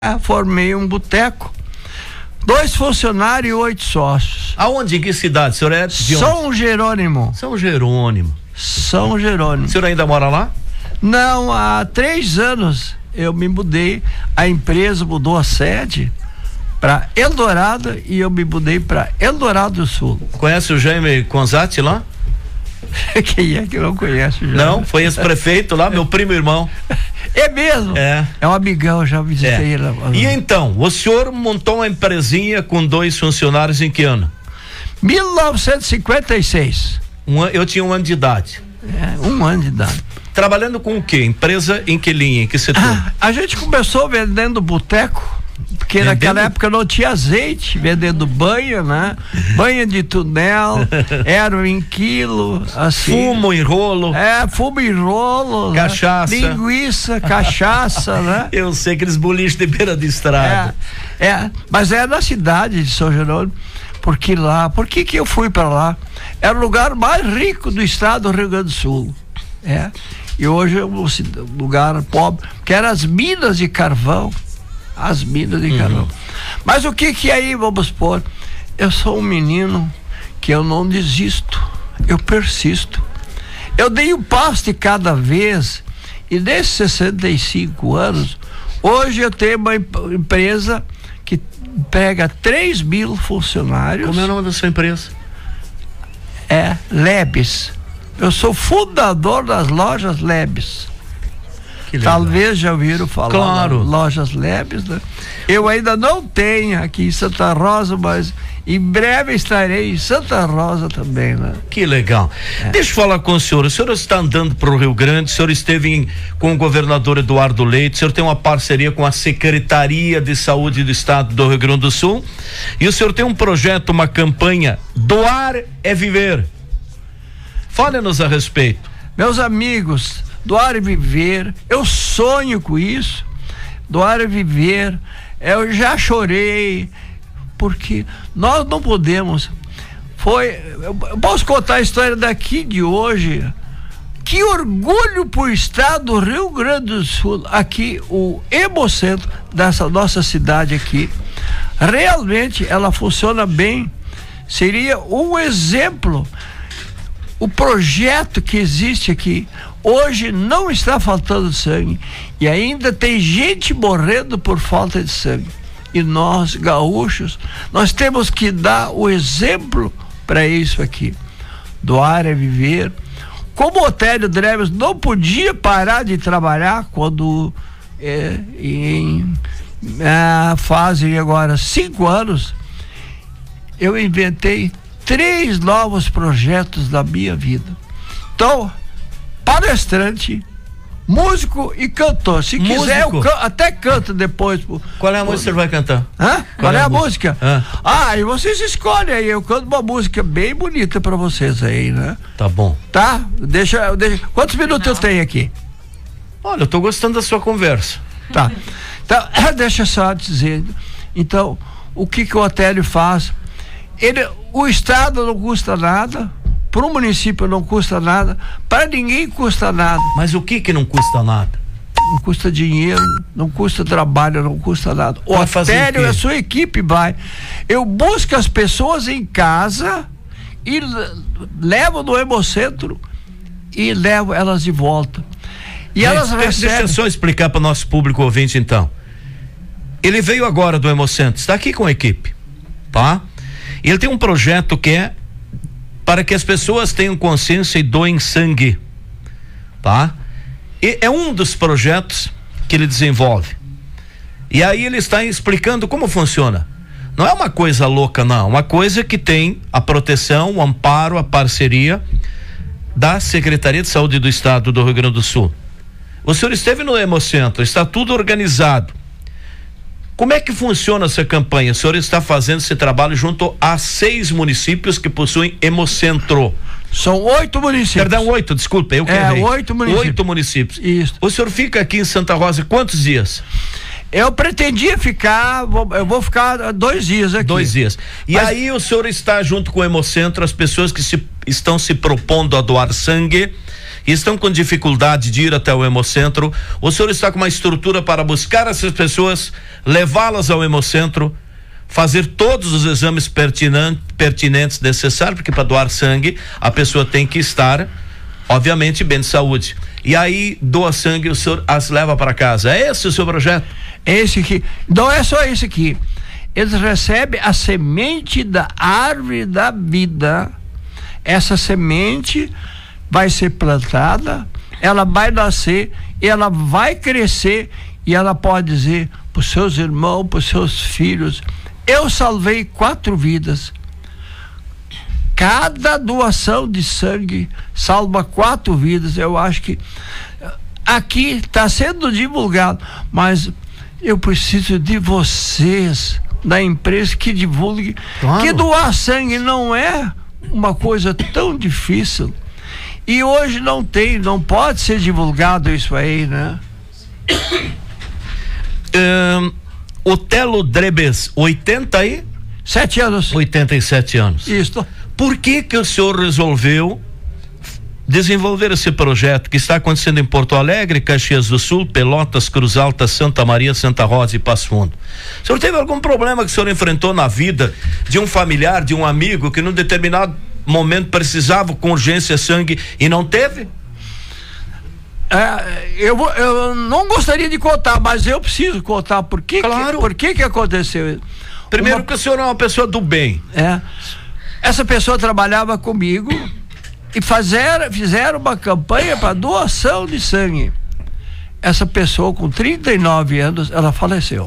formei um boteco, 2 funcionários e 8 sócios. Aonde? Em que cidade? O senhor é de São Jerônimo. São Jerônimo. São Jerônimo. O senhor ainda mora lá? Não, há 3 anos eu me mudei. A empresa mudou a sede para Eldorado e eu me mudei para Eldorado do Sul. Conhece o Jaime Conzatti lá? Quem é que não conhece o Jaime? Não, foi ex-prefeito lá, meu primo irmão. É mesmo? É um amigão, já visitei ele. E então, o senhor montou uma empresinha com 2 funcionários em que ano? 1956. Eu tinha 1 ano de idade. 1 ano de idade. Trabalhando com o quê? Empresa em que linha, em que setor? A gente começou vendendo boteco, porque naquela época não tinha azeite, vendendo banha, né? Banha de tunel, era em quilo, assim. Fumo em rolo. Fumo em rolo. Cachaça. Né? Linguiça, cachaça, né? Eu sei, aqueles boliches de beira de estrada. Mas é na cidade de São Jerônimo, porque lá, por que eu fui para lá? Era o lugar mais rico do estado do Rio Grande do Sul. E hoje é um lugar pobre, que eram as minas de carvão. As minas de carvão. Mas o que aí vamos pôr? Eu sou um menino que eu não desisto, eu persisto. Eu dei um passo de cada vez, e nesses 65 anos, hoje eu tenho uma empresa que pega 3.000 funcionários. Como é o nome da sua empresa? Lebes. Eu sou fundador das lojas Lebes. Talvez já ouviram falar. Claro. Lojas Lebes, né? Eu ainda não tenho aqui em Santa Rosa, mas em breve estarei em Santa Rosa também, né? Que legal. Deixa eu falar com o senhor está andando para o Rio Grande, o senhor esteve com o governador Eduardo Leite, o senhor tem uma parceria com a Secretaria de Saúde do Estado do Rio Grande do Sul, e o senhor tem um projeto, uma campanha, Doar é Viver. Fale-nos a respeito. Meus amigos, doar e viver, eu sonho com isso. Doar e viver, eu já chorei, porque nós não podemos. Eu posso contar a história daqui de hoje. Que orgulho pro estado do Rio Grande do Sul, aqui o Hemocentro dessa nossa cidade aqui. Realmente ela funciona bem. Seria um exemplo. O projeto que existe aqui hoje não está faltando sangue, e ainda tem gente morrendo por falta de sangue, e nós gaúchos, nós temos que dar o exemplo para isso aqui. Doar é viver. Como o Otélio Dreves não podia parar de trabalhar quando fazem agora 5 anos, eu inventei 3 novos projetos da minha vida. Então, palestrante, músico e cantor. Se quiser, eu até canto depois. Qual é a música que você vai cantar? Qual é a música? E vocês escolhem aí. Eu canto uma música bem bonita pra vocês aí, né? Tá bom. Tá? Deixa. Quantos minutos eu tenho aqui? Olha, eu tô gostando da sua conversa. Tá. Então, deixa eu só dizer. Então, o que o Otélio faz? O estado não custa nada, para o município não custa nada, para ninguém custa nada. Mas o que não custa nada? Não custa dinheiro, não custa trabalho, não custa nada. O Otélio e a sua equipe vai. Eu busco as pessoas em casa e levo no Hemocentro e levo elas de volta. E elas recebem. Deixa eu só explicar para o nosso público ouvinte então. Ele veio agora do Hemocentro, está aqui com a equipe, tá? Ele tem um projeto que é para que as pessoas tenham consciência e doem sangue, tá? E é um dos projetos que ele desenvolve. E aí ele está explicando como funciona. Não é uma coisa louca, não. Uma coisa que tem a proteção, o amparo, a parceria da Secretaria de Saúde do Estado do Rio Grande do Sul. O senhor esteve no Hemocentro, está tudo organizado. Como é que funciona essa campanha? O senhor está fazendo esse trabalho junto a 6 municípios que possuem Hemocentro. São 8 municípios. Perdão, 8, desculpa, eu que errei. 8 municípios. 8 municípios. Isso. O senhor fica aqui em Santa Rosa quantos dias? Eu pretendia ficar, eu vou ficar 2 dias aqui. 2 dias. E aí o senhor está junto com o Hemocentro, as pessoas que estão se propondo a doar sangue e estão com dificuldade de ir até o Hemocentro. O senhor está com uma estrutura para buscar essas pessoas, levá-las ao Hemocentro, fazer todos os exames pertinentes necessários, porque para doar sangue a pessoa tem que estar, obviamente, bem de saúde. E aí doa sangue, o senhor as leva para casa. É esse o seu projeto? Esse aqui. Não é só esse aqui. Eles recebem a semente da árvore da vida. Essa semente vai ser plantada, ela vai nascer, ela vai crescer e ela pode dizer para os seus irmãos, para os seus filhos: eu salvei 4 vidas. Cada doação de sangue salva 4 vidas. Eu acho que aqui está sendo divulgado, mas eu preciso de vocês, da empresa, que divulgue. Claro. Que doar sangue não é uma coisa tão difícil. E hoje não pode ser divulgado isso aí, né? Otélio Drebes, 87 anos. 87 anos. Isso. Por que o senhor resolveu desenvolver esse projeto que está acontecendo em Porto Alegre, Caxias do Sul, Pelotas, Cruz Alta, Santa Maria, Santa Rosa e Passo Fundo? O senhor teve algum problema que o senhor enfrentou na vida de um familiar, de um amigo que num determinado momento precisava com urgência sangue e não teve? Eu não gostaria de contar, mas eu preciso contar por que aconteceu. Primeiro, porque o senhor é uma pessoa do bem. Essa pessoa trabalhava comigo e fizeram uma campanha para doação de sangue. Essa pessoa, com 39 anos, ela faleceu.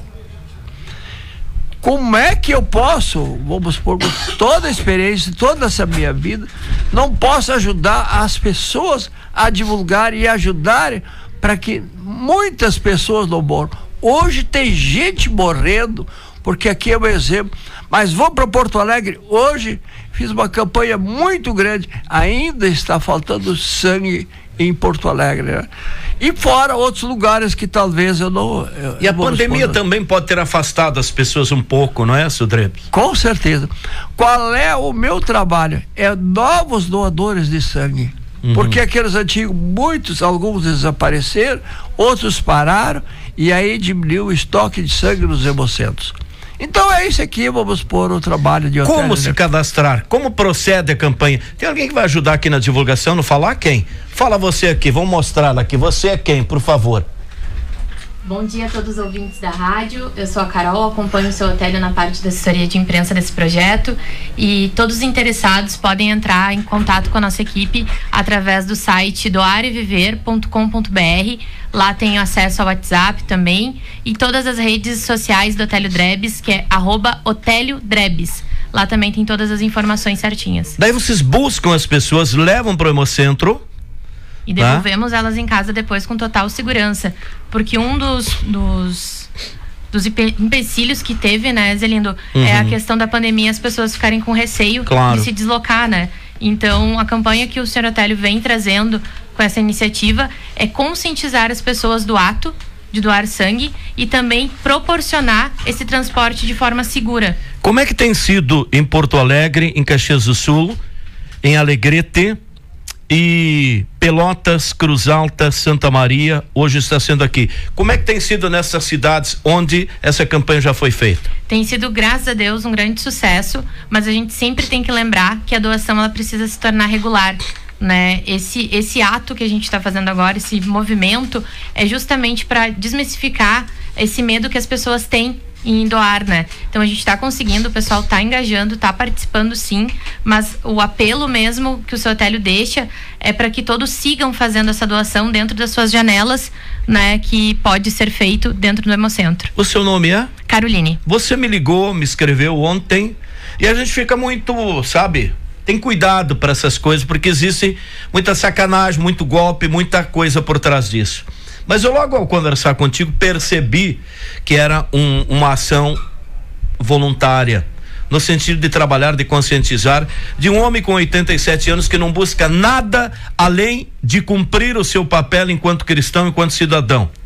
Como é que eu posso, vamos supor, com toda a experiência, toda essa minha vida, não posso ajudar as pessoas a divulgar e ajudarem para que muitas pessoas não morram? Hoje tem gente morrendo, porque aqui é um exemplo, mas vou para Porto Alegre, hoje fiz uma campanha muito grande, ainda está faltando sangue em Porto Alegre, né? E fora outros lugares que talvez eu não... E a pandemia também pode ter afastado as pessoas um pouco, não é, seu Drebes? Com certeza. Qual é o meu trabalho? É novos doadores de sangue. Porque aqueles antigos, alguns desapareceram, outros pararam, e aí diminuiu o estoque de sangue nos hemocentros. Então é isso aqui, vamos pôr o trabalho de Otélio. Como se cadastrar? Como procede a campanha? Tem alguém que vai ajudar aqui na divulgação? Não falar quem? Fala você aqui, vamos mostrar aqui. Você é quem, por favor? Bom dia a todos os ouvintes da rádio. Eu sou a Carol, acompanho o seu Otélio na parte da assessoria de imprensa desse projeto, e todos os interessados podem entrar em contato com a nossa equipe através do site doareviver.com.br. Lá tem acesso ao WhatsApp também e todas as redes sociais do Otélio Drebes, que é @Otélio Drebes. Lá também tem todas as informações certinhas. Daí vocês buscam as pessoas, levam para o Hemocentro e devolvemos elas em casa depois com total segurança, porque um dos empecilhos que teve, né, Zelindo, é a questão da pandemia, as pessoas ficarem com receio de se deslocar, né? Então a campanha que o senhor Otélio vem trazendo com essa iniciativa é conscientizar as pessoas do ato de doar sangue e também proporcionar esse transporte de forma segura. Como é que tem sido em Porto Alegre, em Caxias do Sul, em Alegrete e Pelotas, Cruz Alta, Santa Maria, hoje está sendo aqui? Como é que tem sido nessas cidades onde essa campanha já foi feita? Tem sido, graças a Deus, um grande sucesso, mas a gente sempre tem que lembrar que a doação ela precisa se tornar regular, né? Esse ato que a gente está fazendo agora, esse movimento, é justamente para desmistificar esse medo que as pessoas têm em doar, né? Então a gente está conseguindo, o pessoal está engajando, está participando sim, mas o apelo mesmo que o seu Otélio deixa é para que todos sigam fazendo essa doação dentro das suas janelas, né? Que pode ser feito dentro do Hemocentro. O seu nome é? Caroline. Você me ligou, me escreveu ontem e a gente fica muito, sabe? Tem cuidado para essas coisas, porque existe muita sacanagem, muito golpe, muita coisa por trás disso. Mas eu logo ao conversar contigo percebi que era uma ação voluntária, no sentido de trabalhar, de conscientizar, de um homem com 87 anos que não busca nada além de cumprir o seu papel enquanto cristão, enquanto cidadão.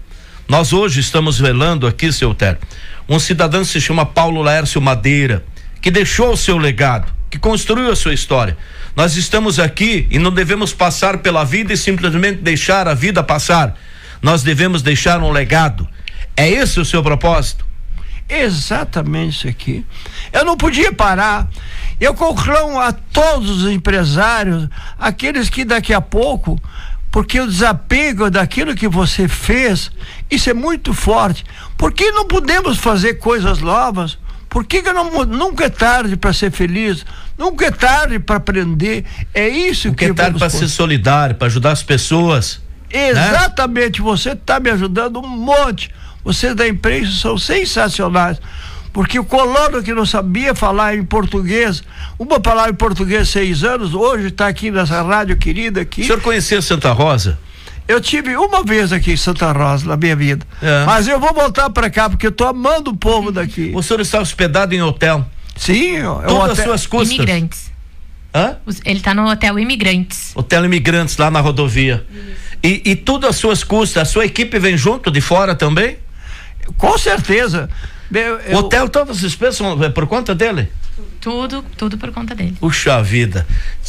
Nós hoje estamos velando aqui, seu Otélio, um cidadão que se chama Paulo Laércio Madeira, que deixou o seu legado, que construiu a sua história. Nós estamos aqui e não devemos passar pela vida e simplesmente deixar a vida passar. Nós devemos deixar um legado. É esse o seu propósito? Exatamente isso aqui. Eu não podia parar. Eu conclamo a todos os empresários, aqueles que daqui a pouco, porque o desapego daquilo que você fez, isso é muito forte. Por que não podemos fazer coisas novas? Por que nunca é tarde para ser feliz? Nunca é tarde para aprender. É isso que é tarde para ser solidário, para ajudar as pessoas. Exatamente, né? Você está me ajudando um monte. Vocês da imprensa são sensacionais. Porque o colono que não sabia falar em português, uma palavra em português 6 anos, hoje está aqui nessa rádio querida aqui. O senhor conhecia Santa Rosa? Eu tive uma vez aqui em Santa Rosa na minha vida. Mas eu vou voltar para cá porque eu tô amando o povo daqui. O senhor está hospedado em hotel? Sim, todas as suas custas. Imigrantes. Hã? Ele está no Hotel Imigrantes. Hotel Imigrantes, lá na rodovia. E tudo às suas custas. A sua equipe vem junto de fora também? Com certeza. O hotel, todas as despesas são por conta dele? Tudo por conta dele. Puxa vida.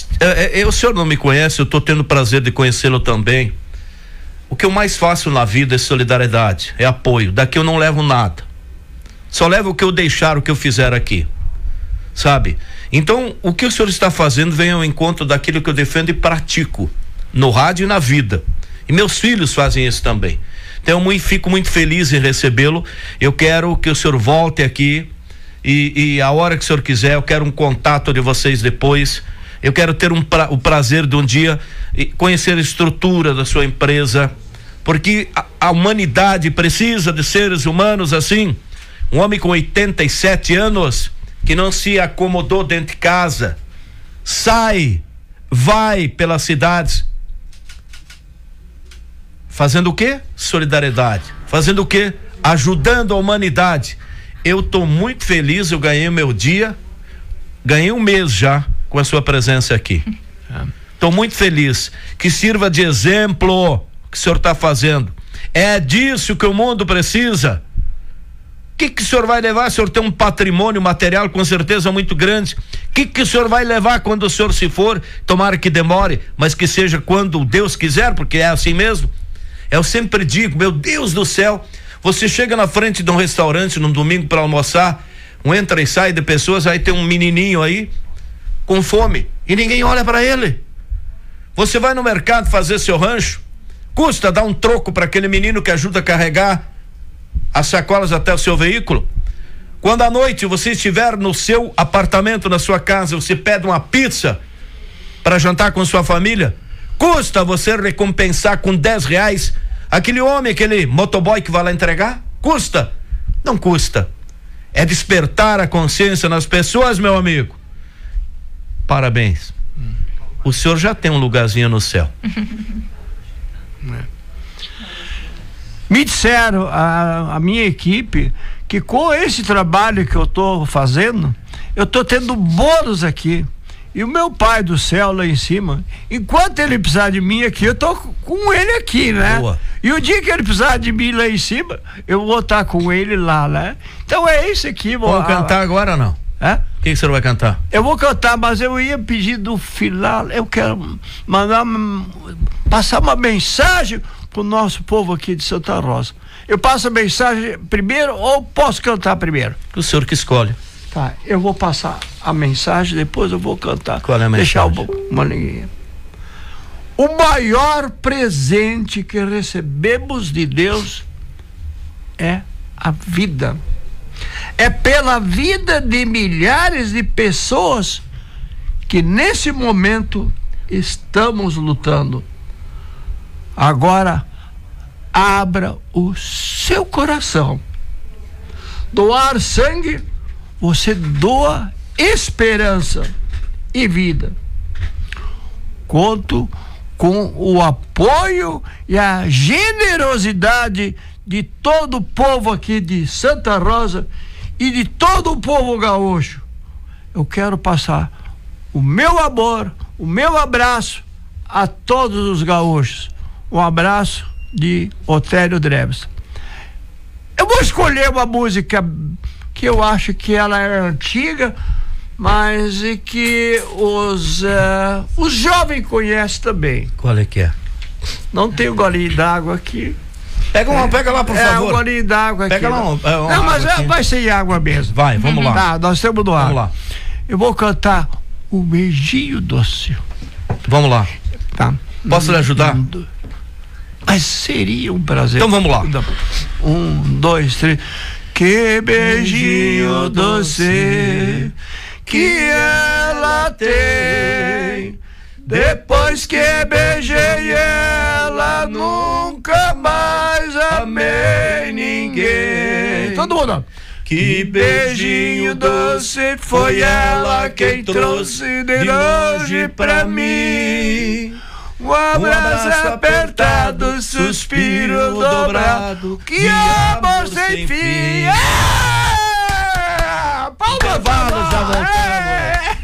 O senhor não me conhece, eu estou tendo o prazer de conhecê-lo também. O que eu mais faço na vida é solidariedade, é apoio. Daqui eu não levo nada. Só levo o que eu deixar, o que eu fizer aqui. Sabe? Então, o que o senhor está fazendo vem ao encontro daquilo que eu defendo e pratico no rádio e na vida. E meus filhos fazem isso também. Então, eu fico muito feliz em recebê-lo. Eu quero que o senhor volte aqui e a hora que o senhor quiser, eu quero um contato de vocês depois. Eu quero ter o prazer de um dia conhecer a estrutura da sua empresa, porque a humanidade precisa de seres humanos assim. Um homem com 87 anos que não se acomodou dentro de casa, vai pelas cidades, fazendo o quê? Solidariedade. Fazendo o quê? Ajudando a humanidade. Eu estou muito feliz, eu ganhei o meu dia, ganhei um mês já com a sua presença aqui. Estou muito feliz. Que sirva de exemplo o que o senhor está fazendo. É disso que o mundo precisa. O que o senhor vai levar? O senhor tem um patrimônio material com certeza muito grande. O que o senhor vai levar quando o senhor se for? Tomara que demore, mas que seja quando Deus quiser, porque é assim mesmo. Eu sempre digo, meu Deus do céu, você chega na frente de um restaurante num domingo para almoçar, um entra e sai de pessoas, aí tem um menininho aí com fome e ninguém olha para ele. Você vai no mercado fazer seu rancho, custa dar um troco para aquele menino que ajuda a carregar as sacolas até o seu veículo. Quando à noite você estiver no seu apartamento, na sua casa, você pede uma pizza para jantar com sua família, custa você recompensar com R$10 aquele homem, aquele motoboy que vai lá entregar? Custa? Não custa. É despertar a consciência nas pessoas, meu amigo. Parabéns. O senhor já tem um lugarzinho no céu. Me disseram, a minha equipe, que com esse trabalho que eu estou fazendo, eu estou tendo bônus aqui. E o meu pai do céu lá em cima, enquanto ele precisar de mim aqui, eu tô com ele aqui, né? Boa. E o dia que ele precisar de mim lá em cima, eu vou estar com ele lá, né? Então é isso aqui. Vamos cantar agora ou não? O que o senhor vai cantar? Eu vou cantar, mas eu ia pedir do final, eu quero passar uma mensagem pro nosso povo aqui de Santa Rosa. Eu passo a mensagem primeiro ou posso cantar primeiro? O senhor que escolhe. Tá, eu vou passar a mensagem, depois eu vou cantar. Qual é a mensagem? Deixar uma linha. O maior presente que recebemos de Deus é a vida. É pela vida de milhares de pessoas que nesse momento estamos lutando. Agora, abra o seu coração. Doar sangue, você doa esperança e vida. Conto com o apoio e a generosidade de todo o povo aqui de Santa Rosa e de todo o povo gaúcho. Eu quero passar o meu amor, o meu abraço a todos os gaúchos. Um abraço de Otélio Dreves. vou escolher uma música que eu acho que ela é antiga, mas e que os jovens conhecem também. Qual é que é? Não tem o golinho d'água aqui. Pega lá, por favor. Um golinho d'água aqui. Pega lá não, mas vai ser água mesmo. Vai, vamos lá. Tá, nós temos no ar. Vamos lá. Eu vou cantar O Beijinho Doce. Vamos lá. Tá. Posso lhe ajudar? Mas seria um prazer. Então vamos lá. 1, 2, 3. Que beijinho doce que ela tem. Depois que beijei ela, nunca mais amei ninguém. Todo mundo. Que beijinho doce foi ela quem trouxe de longe pra mim. Um abraço apertado, suspiro dobrado, que amor sem fim. Intervalo, já voltamos.